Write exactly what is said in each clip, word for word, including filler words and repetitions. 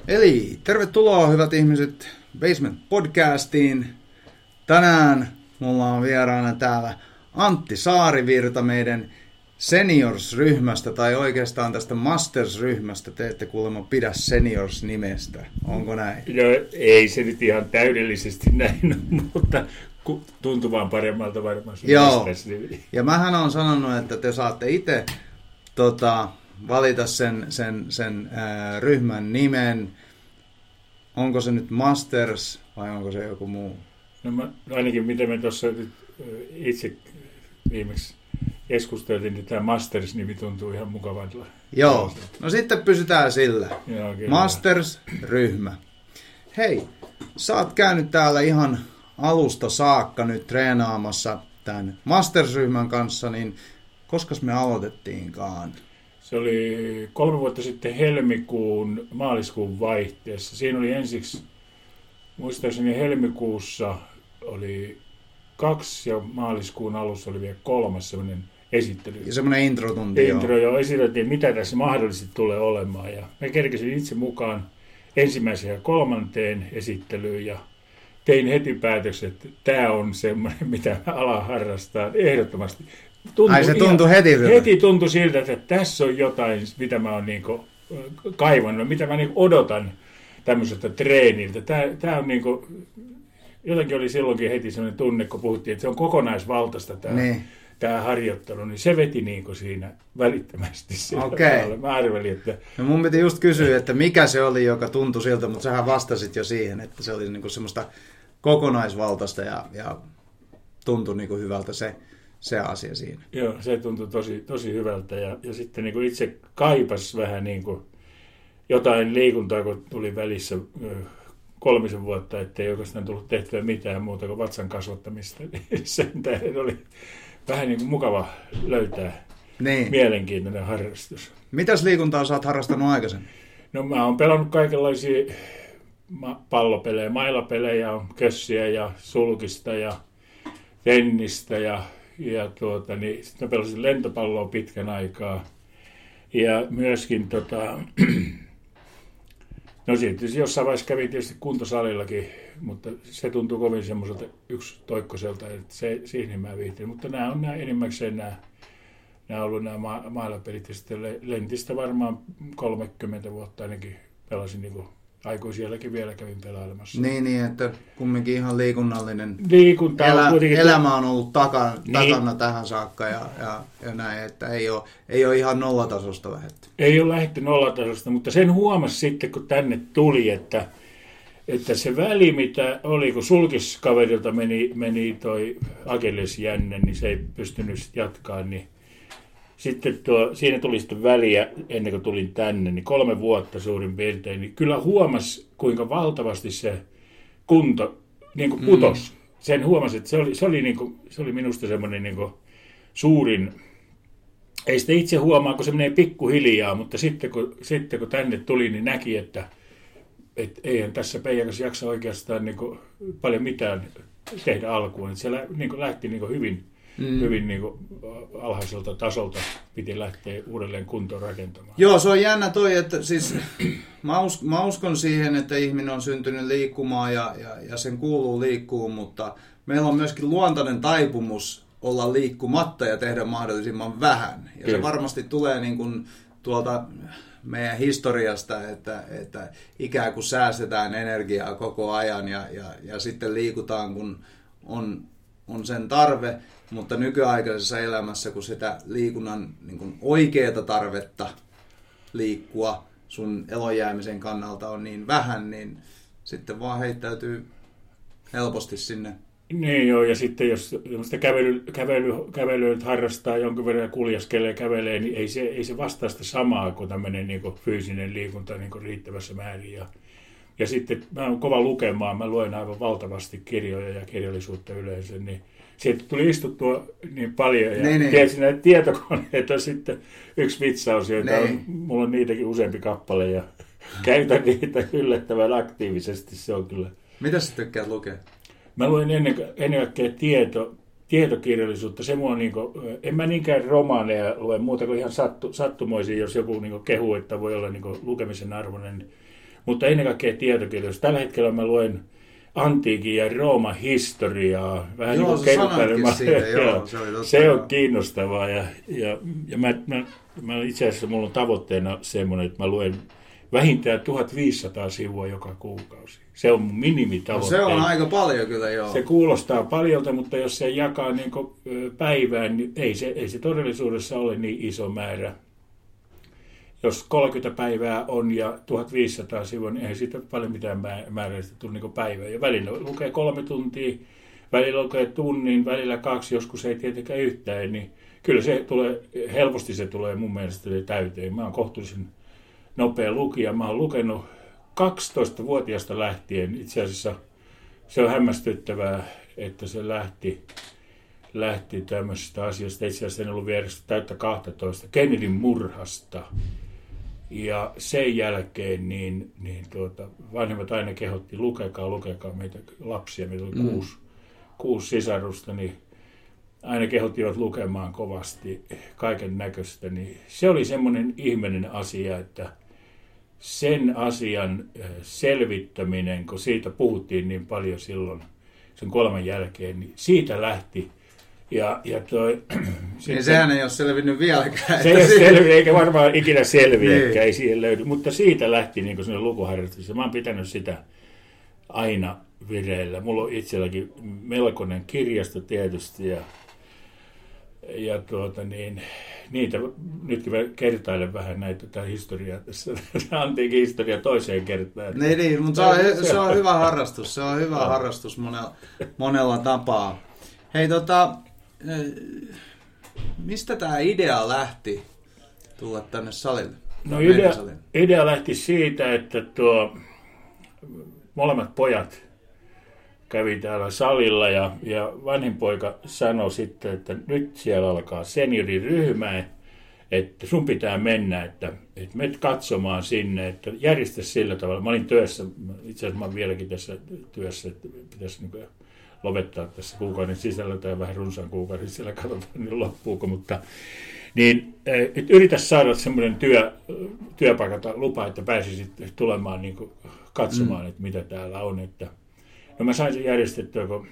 Eli tervetuloa hyvät ihmiset Basement Podcastiin. Tänään mulla on vieraana täällä Antti Saarivirta meidän Seniors-ryhmästä, tai oikeastaan tästä Masters-ryhmästä. Te ette kuulemma pidä Seniors-nimestä. Onko näin? No ei se nyt ihan täydellisesti näin, mutta tuntuu vaan paremmalta varmaan. Joo, ja mähän on sanonut, että te saatte itse tota, valita sen, sen, sen ää, ryhmän nimen. Onko se nyt Masters vai onko se joku muu? No mä, ainakin mitä me tuossa itse viimeksi keskusteltiin, niin tämä Masters-nimi tuntuu ihan mukavalta. Joo, no sitten pysytään sillä. Joo, Masters-ryhmä. Hei, sä oot käynyt täällä ihan alusta saakka nyt treenaamassa tämän Masters-ryhmän kanssa, niin koskas me aloitettiinkaan? Se oli kolme vuotta sitten helmikuun, maaliskuun vaihteessa. Siinä oli ensiksi, muistaakseni helmikuussa oli kaksi ja maaliskuun alussa oli vielä kolmas semmoinen esittely. Ja semmoinen introtunti. Intro, joo. Esiteltiin, mitä tässä mahdollisesti tulee olemaan. Ja mä kerkesin itse mukaan ensimmäiseen ja kolmanteen esittelyyn ja tein heti päätöksen, että tämä on semmoinen, mitä mä alan harrastaa ehdottomasti. Tuntui Ai se tuntui ihan, heti? Heti tuntui siltä, että tässä on jotain, mitä mä oon niinku kaivannut, mitä mä niinku odotan tämmöiseltä treeniltä. Tää, tää on niinku, jotenkin oli silloinkin heti sellainen tunne, kun puhuttiin, että se on kokonaisvaltaista tämä, niin. tämä harjoittelu, niin se veti niinku siinä välittömästi. Okei. Okay. Mä arvelin, että... No mun piti just kysyä, että mikä se oli, joka tuntui siltä, mutta sähän vastasit jo siihen, että se oli niinku semmoista kokonaisvaltaista ja, ja tuntui niinku hyvältä se. Se asia siinä. Joo, se tuntui tosi, tosi hyvältä ja, ja sitten niin kuin itse kaipas vähän niin kuin jotain liikuntaa, kun tuli välissä kolmisen vuotta, ettei oikeastaan tullut tehtyä mitään muuta kuin vatsan kasvattamista. Sen tähden oli vähän niin kuin mukava löytää niin. Mielenkiintoinen harrastus. Mitäs liikuntaa sä oot harrastanut aikaisemmin? No mä oon pelannut kaikenlaisia pallopelejä, mailapelejä, kössiä ja sulkista ja tennistä ja Ja tuota, niin sitten mä pelasin lentopalloa pitkän aikaa. Ja myöskin, tota, no sitten jossain vaiheessa kävin tietysti kuntosalillakin, mutta se tuntuu kovin semmoiselta yksi toikkoselta, että se, siihen mä viihtin. Mutta nämä on nämä enimmäkseen nämä, nämä on ollut nämä ma- mailapelit ja sitten lentistä varmaan kolmekymmentä vuotta ainakin pelasin niin kuin aikuisielläkin vielä kävin pelailemassa. Niin, niin, että kumminkin ihan liikunnallinen Liikunta elä, on elämä on ollut takana, niin. takana tähän saakka ja, ja, ja näin, että ei ole, ei ole ihan nollatasosta lähdetty. Ei ole lähdetty nollatasosta, mutta sen huomasi sitten, kun tänne tuli, että, että se väli, mitä oli, kun sulkiskaverilta meni, meni toi akillesjänne, niin se ei pystynyt jatkaa, niin sitten tuo, siinä tuli sitten väliä ennen kuin tulin tänne, niin kolme vuotta suurin piirtein, niin kyllä huomasi, kuinka valtavasti se kunto niin kuin putosi. Mm. Sen huomasi, että se oli, se oli, niin kuin, se oli minusta semmoinen niin kuin suurin, ei sitä itse huomaa, kun se menee pikkuhiljaa, mutta sitten kun, sitten kun tänne tuli, niin näki, että et eihän tässä Peijakassa jaksa oikeastaan niin kuin paljon mitään tehdä alkuun. Että siellä niin kuin lähti niin kuin hyvin. Mm. Hyvin niin kuin alhaiselta tasolta piti lähteä uudelleen kuntoon rakentamaan. Joo, se on jännä toi, että siis mä, us, mä uskon siihen, että ihminen on syntynyt liikkumaan ja, ja, ja sen kuuluu liikkua, mutta meillä on myöskin luontainen taipumus olla liikkumatta ja tehdä mahdollisimman vähän. Ja Kyllä. se varmasti tulee niin kuin tuolta meidän historiasta, että, että ikään kuin säästetään energiaa koko ajan ja, ja, ja sitten liikutaan, kun on, on sen tarve. Mutta nykyaikaisessa elämässä, kun sitä liikunnan niin kuin oikeata tarvetta liikkua sun elonjäämisen kannalta on niin vähän, niin sitten vaan heittäytyy helposti sinne. Niin joo, ja sitten jos sitä kävely, kävely, kävelyä harrastaa jonkin verran ja kuljaskelee ja kävelee, niin ei se, ei se vastaa sitä samaa kuin tämmöinen niin kuin fyysinen liikunta niin kuin riittävässä määrin. Ja, ja sitten mä oon kova lukemaan, mä luen aivan valtavasti kirjoja ja kirjallisuutta yleensä, niin siitä tuli istuttua niin paljon ja niin, tiesin näitä tietokoneita sitten yksi vitsaus, joita on, mulla on niitäkin useampi kappale ja käytän niitä yllättävän aktiivisesti, se on kyllä. Mitä sä tykkäät lukea? Mä luen ennen, ennen kaikkea tieto, tietokirjallisuutta, se mua niinku, en mä niinkään romaaneja lue muuta kuin ihan sattu, sattumoisin, jos joku niinku kehuu, että voi olla niinku lukemisen arvoinen. mutta ennen kaikkea tietokirjoista. Tällä hetkellä mä luen antiikin ja Rooman historiaa. Vähän joo, niin kuin kertailema. Siitä, joo, se, se on kiinnostavaa. Ja, ja, ja mä, mä, mä itse asiassa mulla on tavoitteena semmoinen, että mä luen vähintään tuhatviisisataa sivua joka kuukausi. Se on mun minimitavoite. No se on aika paljon kyllä, joo. Se kuulostaa paljolta, mutta jos se jakaa niin kuin päivään, niin ei se, ei se todellisuudessa ole niin iso määrä. Jos kolmekymmentä päivää on ja tuhatviisisataa sivua, niin ei siitä paljon mitään määräistä tule niin päivään. Ja välillä lukee kolme tuntia, välillä lukee tunnin, välillä kaksi, joskus ei tietenkään yhtään. Niin kyllä se tulee, helposti se tulee mun mielestä täyteen. Mä oon kohtuullisen nopea lukija. Mä oon lukenut kaksitoistavuotiaasta lähtien. Itse asiassa se on hämmästyttävää, että se lähti, lähti tämmöisestä asiasta. Itse asiassa en ollut vielä täyttä kaksitoista Kennedyn murhasta. Ja sen jälkeen niin, niin tuota, vanhemmat aina kehotti, lukekaa, lukekaa meitä lapsia. Meitä oli mm. kuusi, kuusi sisarusta, niin aina kehottivat lukemaan kovasti kaiken näköistä. Niin se oli semmoinen ihmeinen asia, että sen asian selvittäminen, kun siitä puhuttiin niin paljon silloin sen kuoleman jälkeen, niin siitä lähti. Ja, ja toi, niin sehän ei ole selvinnyt vieläkään. Se ei ole selvinnyt, eikä varmaan ikinä selviäkään, ei siihen löydy. Mutta siitä lähti niin sinne lukuharjoituksessa. Mä oon pitänyt sitä aina vireillä. Mulla on itselläkin melkoinen kirjasto tietysti. Ja, ja tuota niin, niitä, nytkin mä kertailen vähän näitä tätä historiaa tässä, antiikin historia toiseen kertaan. Niin, niin mutta se on, se on hyvä harrastus, se on hyvä no. harrastus monella, monella tapaa. Hei tota, mistä tämä idea lähti tulla tänne salille? No idea, idea lähti siitä, että tuo molemmat pojat kävi täällä salilla ja, ja vanhin poika sanoi sitten, että nyt siellä alkaa senioriryhmä, että sun pitää mennä, että, että menet katsomaan sinne, että järjestä sillä tavalla. Mä olin työssä, itse asiassa mä olen vieläkin tässä työssä, että pitäisi niin lopettaa tässä kuukauden sisällä tai vähän runsaan kuukauden sisällä, katsotaan niin loppuuko, mutta niin, että yritä saada semmoinen työ, työpaikalta lupa, että pääsisit tulemaan niin kuin katsomaan, mm. että mitä täällä on. Että, no mä sain sen järjestettyä, kun,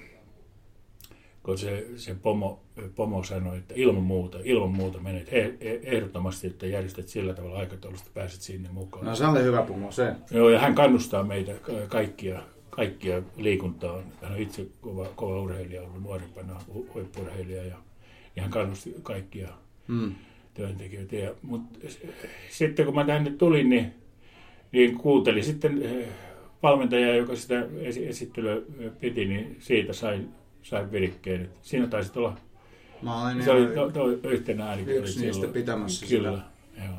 kun se, se pomo, pomo sanoi, että ilman muuta, ilman muuta menet ehdottomasti, että järjestät sillä tavalla aikataulusta, pääset sinne mukaan. No se oli hyvä pomo, se. Joo, ja hän kannustaa meitä kaikkia, kaikkia liikuntaan. Hän on itse kova, kova urheilija, ollut nuorempana huippu-urheilija, ja, ja hän kannusti kaikkia mm. työntekijöitä. Ja, mutta sitten kun mä tänne tulin, niin, niin kuuntelin sitten valmentaja, joka sitä esittelyä piti, niin siitä sain, sain virikkeen. Siinä taisit olla, mä olin se oli to, to, yhtenä ääni. Yksi niistä silloin pitämässä sitä. Kyllä, joo.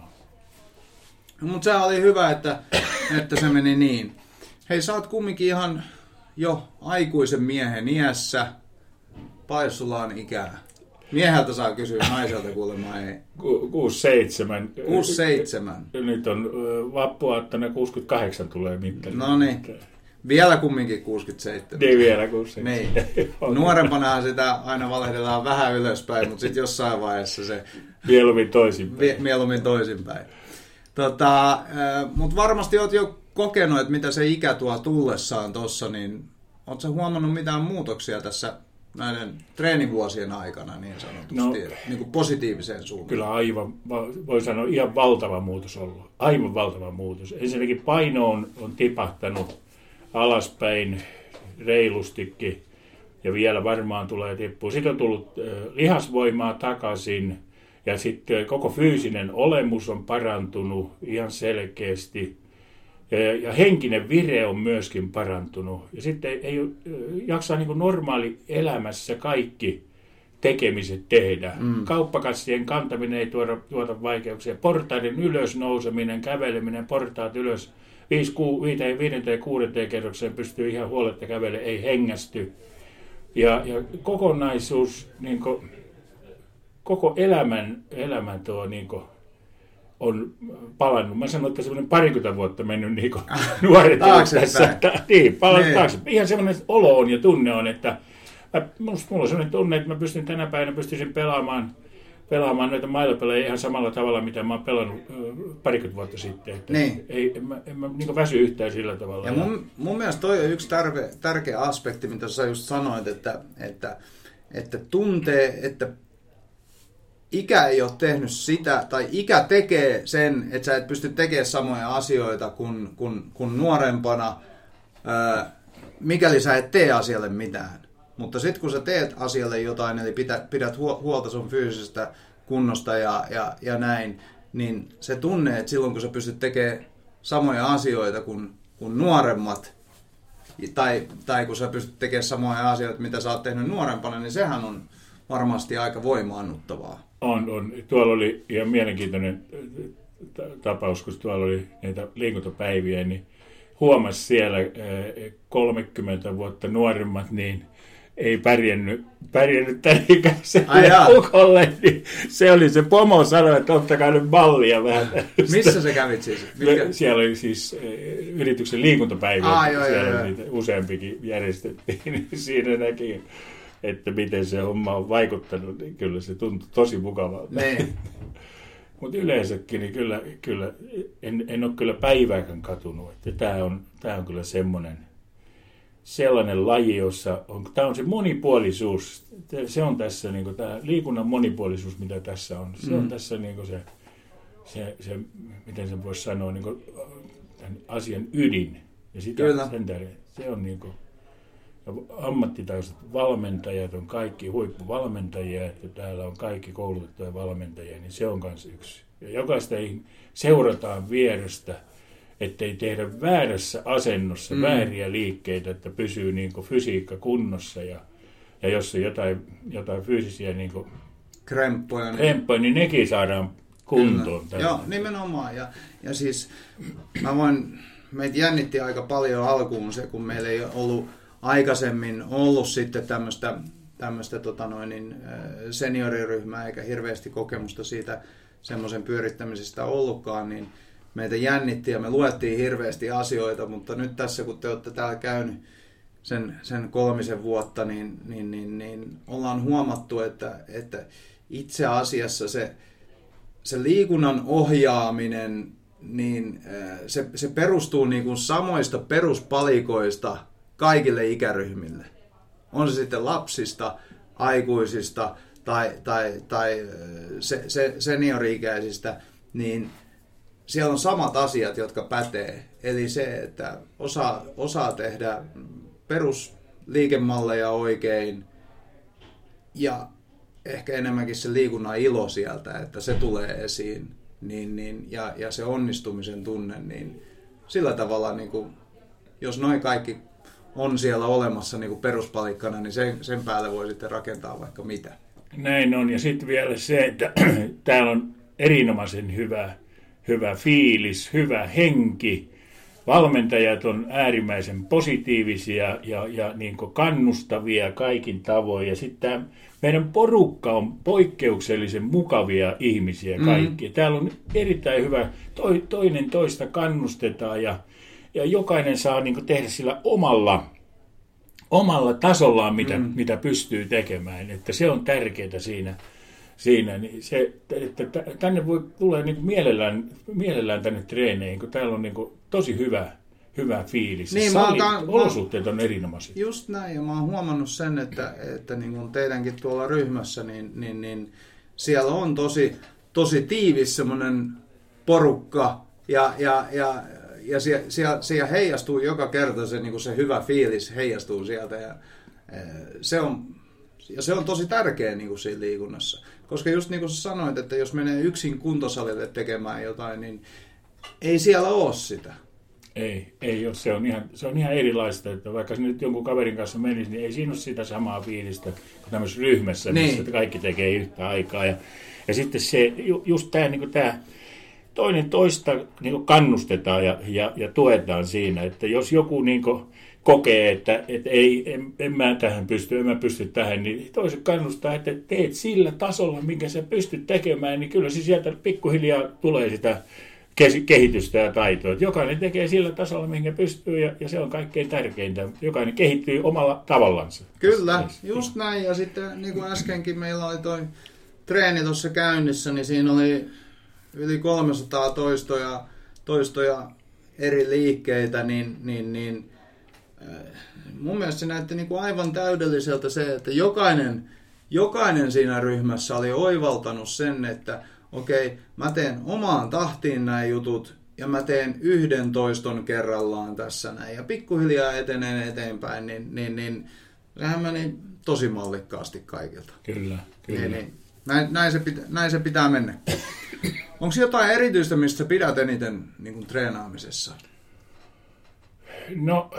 Mutta se oli hyvä, että, että se meni niin. Hei, sä oot kumminkin ihan jo aikuisen miehen iässä. Paljon sulla on ikää? Mieheltä saa kysyä, naiselta kuulemma ei. Ku, kuusi seitsemän. kuusi seitsemän. Nyt on vappuaattona kuusikymmentäkahdeksan tulee mittari. No niin. Vielä kumminkin kuusikymmentäseitsemän. Niin, vielä kuusikymmentäseitsemän. Niin. Nuorempanahan sitä aina valehdellaan vähän ylöspäin, mutta sitten jossain vaiheessa se... Mieluummin toisinpäin. Mieluummin toisinpäin. Tota, mutta varmasti olet jo kokenut, että mitä se ikä tuo tullessaan tuossa, niin oletko sä huomannut mitään muutoksia tässä näiden treenivuosien aikana niin sanotusti, no, niin kuin positiiviseen suuntaan? Kyllä aivan, voi sanoa ihan valtava muutos ollut. Aivan valtava muutos. Ensinnäkin paino on, on tipahtanut alaspäin reilustikin ja vielä varmaan tulee tippua. Sitten on tullut lihasvoimaa takaisin ja sitten koko fyysinen olemus on parantunut ihan selkeästi. Ja, ja henkinen vire on myöskin parantunut. Ja sitten ei, ei jaksaa niin kuin normaali elämässä kaikki tekemiset tehdä. Mm. Kauppakassien kantaminen ei tuoda, tuota vaikeuksia. Portaiden ylös nouseminen, käveleminen, portaat ylös. Viisi, ku, viiteen, viidenteen, kuudenteen kerrokseen pystyy ihan huoletta kävelemään, ei hengästy. Ja, ja kokonaisuus, niin kuin, koko elämän, elämän tuo... Niin kuin, on palannut. Mä sanon, että semmoinen parikymmentä vuotta mennyt niin kuin nuoret tässä. Niin, palannut taakse. Ihan semmoinen olo on ja tunne on, että mä, mulla on semmoinen tunne, että mä pystyn tänä päivänä pystyisin pelaamaan pelaamaan noita mailapelejä ihan samalla tavalla, mitä mä oon pelannut parikymmentä vuotta sitten. Että niin. Ei, en mä, en mä niin väsy yhtään sillä tavalla. Ja mun, mun mielestä toi on yksi tärkeä, tärkeä aspekti, mitä sä just sanoit, että, että, että tuntee, että ikä ei ole tehnyt sitä, tai ikä tekee sen, että sä et pysty tekemään samoja asioita kuin, kuin, kuin nuorempana, ää, mikäli sä et tee asialle mitään. Mutta sitten kun sä teet asialle jotain, eli pidät, pidät huolta sun fyysisestä kunnosta ja, ja, ja näin, niin se tunne, että silloin kun sä pystyt tekemään samoja asioita kuin, kuin nuoremmat, tai, tai kun sä pystyt tekemään samoja asioita, mitä sä oot tehnyt nuorempana, niin sehän on varmasti aika voimaannuttavaa. On, on. Tuolla oli ihan mielenkiintoinen tapaus, kun tuolla oli näitä liikuntapäiviä, niin huomasi siellä kolmekymmentä vuotta nuoremmat, niin ei pärjännyt, pärjännyt tämän ikäiselle ukolle, niin se oli se pomo sanoi, että ottakaa nyt ballia vähän. Missä sä kävit siis? Mitkä? Siellä oli siis yrityksen liikuntapäiviä, ah, joo, siellä joo, niitä useampikin järjestettiin, niin siinä näki, että miten se homma on vaikuttanut, niin kyllä se tuntui tosi mukavalta. Mutta yleensäkin, niin kyllä, kyllä en, en ole kyllä päivääkään katunut, että tämä on, tämä on kyllä semmoinen, sellainen laji, jossa on, tämä on se monipuolisuus, se on tässä niin kuin, tämä liikunnan monipuolisuus, mitä tässä on, se on mm. tässä niin kuin se, se, se, miten sen voisi sanoa, niin kuin, tämän asian ydin. Ja sitä, sen tähden, se on niin kuin, ammattitaiset valmentajat on kaikki huippuvalmentajia, että täällä on kaikki koulutettuja valmentajia, niin se on myös yksi. Ja jokaista seurataan vierestä, ettei tehdä väärässä asennossa mm. vääriä liikkeitä, että pysyy niin kuin fysiikka kunnossa ja, ja jos on jotain, jotain fyysisiä niin kuin kremppoja, niin... kremppoja, niin nekin saadaan kuntoon. Joo, nimenomaan. Ja, ja siis mä voin, meitä jännitti aika paljon alkuun se, kun meillä ei ollut aikaisemmin ollut sitten tämmöistä, tämmöistä tota noin, niin, senioriryhmää eikä hirveästi kokemusta siitä semmoisen pyörittämisestä ollutkaan, niin meitä jännitti ja me luettiin hirveästi asioita, mutta nyt tässä kun te olette täällä käynyt sen, sen kolmisen vuotta, niin, niin, niin, niin ollaan huomattu, että, että itse asiassa se, se liikunnan ohjaaminen, niin se, se perustuu niin kuin samoista peruspalikoista kaikille ikäryhmille. On se sitten lapsista, aikuisista tai, tai, tai se, se seniori-ikäisistä, niin siellä on samat asiat, jotka pätee. Eli se, että osaa, osaa tehdä perusliikemalleja oikein ja ehkä enemmänkin se liikunnan ilo sieltä, että se tulee esiin niin, niin, ja, ja se onnistumisen tunne, niin sillä tavalla, niin kuin, jos noin kaikki on siellä olemassa niin kuin peruspalikkana, niin sen, sen päälle voi sitten rakentaa vaikka mitä. Näin on, ja sitten vielä se, että täällä on erinomaisen hyvä, hyvä fiilis, hyvä henki. Valmentajat on äärimmäisen positiivisia ja, ja niin kuin kannustavia kaikin tavoin. Ja sitten meidän porukka on poikkeuksellisen mukavia ihmisiä kaikki. Mm. Täällä on erittäin hyvä, toi, toinen toista kannustetaan ja, ja jokainen saa niin kuin tehdä sillä omalla, omalla tasollaan, mitä, mm. mitä pystyy tekemään. Että se on tärkeää siinä. Siinä, niin se, että tänne voi tulla niin kuin mielellään, mielellään tänne treeneihin, kun täällä on niin kuin tosi hyvä, hyvä fiilis. Niin, Sali, oon, olosuhteet on erinomaisia. Just näin, ja mä oon huomannut sen, että, että niin kuin teidänkin tuolla ryhmässä, niin, niin, niin siellä on tosi, tosi tiivis semmoinen porukka, ja, ja, ja, ja siellä, siellä, siellä heijastuu joka kerta se, niin kuin se hyvä fiilis heijastuu sieltä, ja se on... Ja se on tosi tärkeä niin kuin siinä liikunnassa. Koska just niin kuin sä sanoit, että jos menee yksin kuntosalille tekemään jotain, niin ei siellä ole sitä. Ei, ei ole. Se on ihan, se on ihan erilaista. Että vaikka nyt jonkun kaverin kanssa menisi, niin ei siinä ole sitä samaa fiilistä kuin tämmöisessä ryhmässä, niin. missä kaikki tekee yhtä aikaa. Ja, ja sitten se, just tämä, niin kuin tämä toinen toista niin kuin kannustetaan ja, ja, ja tuetaan siinä. Että jos joku... Niin kuin, kokee, että, että ei, en, en mä tähän pysty, en mä pysty tähän, niin toiset kannustaa, että teet sillä tasolla, minkä sä pystyt tekemään, niin kyllä se sieltä pikkuhiljaa tulee sitä kehitystä ja taitoa. Että jokainen tekee sillä tasolla, minkä pystyy, ja, ja se on kaikkein tärkeintä. Jokainen kehittyy omalla tavallansa. Kyllä, just näin. Ja sitten niin kuin äskenkin meillä oli toi treeni tuossa käynnissä, niin siinä oli yli kolmesataa toistoja, toistoja eri liikkeitä, niin, niin, niin mun mielestä se näytti niin kuin aivan täydelliseltä se, että jokainen, jokainen siinä ryhmässä oli oivaltanut sen, että okei, mä teen omaan tahtiin nämä jutut ja mä teen yhden toiston kerrallaan tässä näin ja pikkuhiljaa etenen eteenpäin, niin, niin, niin sehän meni tosi mallikkaasti kaikilta. Kyllä, kyllä. Niin, niin. Näin, näin, se pitää, näin se pitää mennä. Onko jotain erityistä, mistä pidät eniten niin kuin treenaamisessa? No,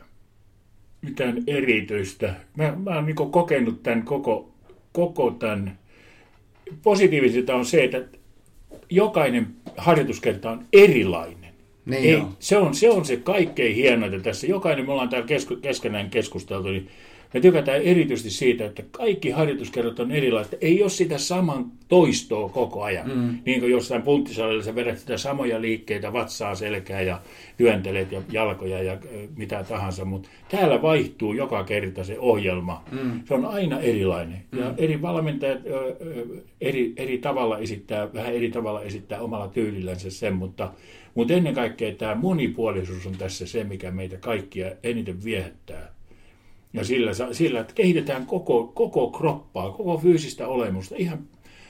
mitään erityistä. Mä, mä oon niin kuin kokenut tämän koko, koko tämän. Positiivisinta on se, että jokainen harjoituskerta on erilainen. Niin Ei, on. se, on, se on se kaikkein hienointa tässä. Jokainen, me ollaan täällä kesku, keskenään keskusteltu, niin me tykätään erityisesti siitä, että kaikki harjoituskerrat on erilaiset. Ei ole sitä saman toistoa koko ajan. Mm. Niin kuin jossain punttisalilla sä vedät sitä samoja liikkeitä, vatsaa, selkää ja työntelet ja jalkoja ja mitä tahansa. Mutta täällä vaihtuu joka kerta se ohjelma. Mm. Se on aina erilainen. Mm. Ja eri valmentajat eri, eri tavalla esittää, vähän eri tavalla esittää omalla tyylillänsä sen, mutta, mutta ennen kaikkea tämä monipuolisuus on tässä se, mikä meitä kaikkia eniten viehättää. Ja sillä, sillä että kehitetään koko, koko kroppaa, koko fyysistä olemusta, ihan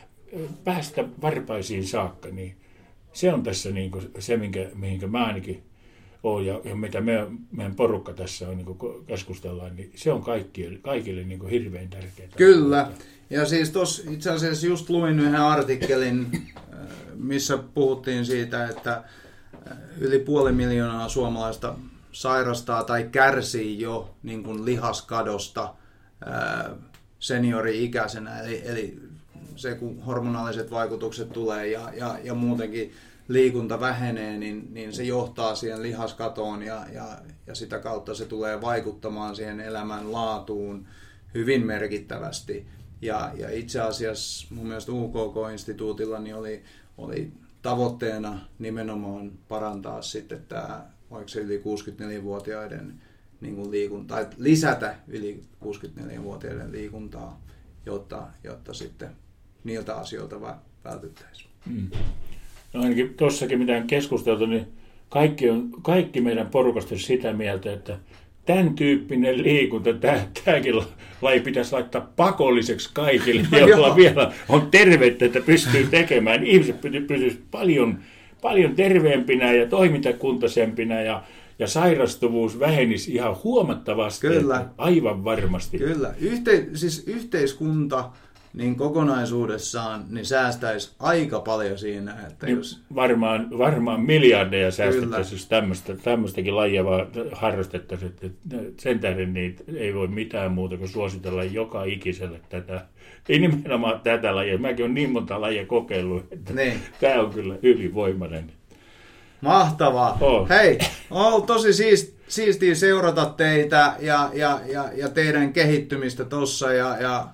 päästä varpaisiin saakka, niin se on tässä niin kuin se, minkä, mihinkä mä ainakin olen ja, ja mitä me, meidän porukka tässä on, niin kuin keskustellaan, niin se on kaikille, kaikille niin kuin hirveän tärkeää. Kyllä. Ja siis tuossa itse asiassa just luin yhden artikkelin, missä puhuttiin siitä, että yli puoli miljoonaa suomalaista sairastaa tai kärsii jo niin kuin lihaskadosta ää, seniori-ikäisenä, eli, eli se kun hormonaaliset vaikutukset tulee ja, ja, ja muutenkin liikunta vähenee, niin, niin se johtaa siihen lihaskatoon ja, ja, ja sitä kautta se tulee vaikuttamaan siihen elämän laatuun hyvin merkittävästi. Ja, ja itse asiassa mun mielestä U K K-instituutilla niin oli, oli tavoitteena nimenomaan parantaa sitten tämä, oliko se yli kuusikymmentäneljävuotiaiden niin kuin liikunta, tai lisätä yli kuusikymmentäneljävuotiaiden liikuntaa, jotta, jotta sitten niiltä asioilta vältyttäisiin. Mm. No ainakin tuossakin mitä on keskusteltu, niin kaikki, on, kaikki meidän porukasta sitä mieltä, että tämän tyyppinen liikunta, tämäkin laji pitäisi laittaa pakolliseksi kaikille, joilla vielä on terveyttä, että pystyy tekemään. Ihmiset pysyisivät paljon, paljon terveempinä ja toimintakuntaisempina ja, ja sairastuvuus vähenisi ihan huomattavasti. Kyllä. Aivan varmasti. Kyllä. Yhte, siis yhteiskunta niin kokonaisuudessaan niin säästäisi aika paljon siinä. Että niin jos... varmaan, varmaan miljardeja säästettäisiin, jos tämmöistä, tämmöistäkin lajia vaan harrastettaisiin. Sen tähden niin ei voi mitään muuta kuin suositella joka ikiselle tätä. Ei nimenomaan tätä lajia. Mäkin olen niin monta lajia kokeillut, että niin. Tämä on kyllä ylivoimainen. Mahtavaa. Oh. Hei, on ollut tosi siist, siistiä seurata teitä ja, ja, ja, ja teidän kehittymistä tuossa. Ja, ja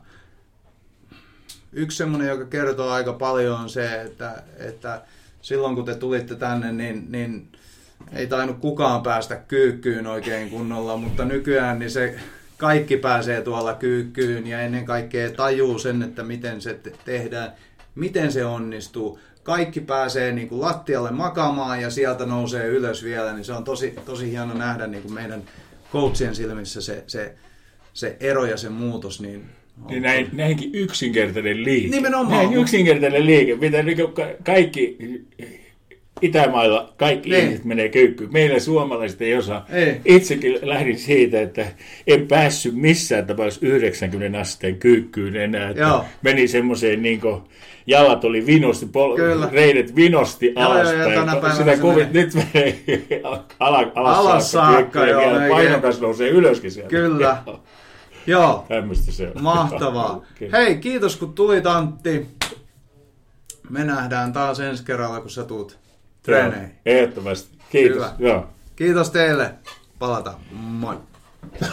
yksi semmoinen, joka kertoo aika paljon on se, että, että silloin kun te tulitte tänne, niin, niin ei tainnut kukaan päästä kyykkyyn oikein kunnolla, mutta nykyään niin se kaikki pääsee tuolla kyykkyyn ja ennen kaikkea tajuu sen, että miten se tehdään, miten se onnistuu. Kaikki pääsee niin kuin lattialle makaamaan ja sieltä nousee ylös vielä, niin se on tosi, tosi hieno nähdä niin kuin meidän coachien silmissä se, se, se ero ja se muutos. Niin Niin näin, näinkin yksinkertainen liike. Nimenomaan. Näin yksinkertainen liike, mitä kaikki Itämailla, kaikki niin. Ihmiset menee kyykkyyn. Meillä suomalaiset ei osaa. Ei. Itsekin lähdin siitä, että en päässyt missään tapauksessa yhdeksänkymmentä asteen kyykkyyn enää. Että meni semmoiseen niin kuin jalat oli vinosti, pol- reidet vinosti alaspäin. Sitä kuvit nyt menee ala, alas, alas saakka. saakka ja vielä painokas nousee ylöskin sieltä. Kyllä. Joo, tämmöistä se on. Mahtavaa. Okay. Hei, kiitos kun tulit, Antti. Me nähdään taas ensi kerralla, kun sä tuut treeneihin. Ehdottomasti. Kiitos. Hyvä. Joo. Kiitos teille. Palataan. Moi.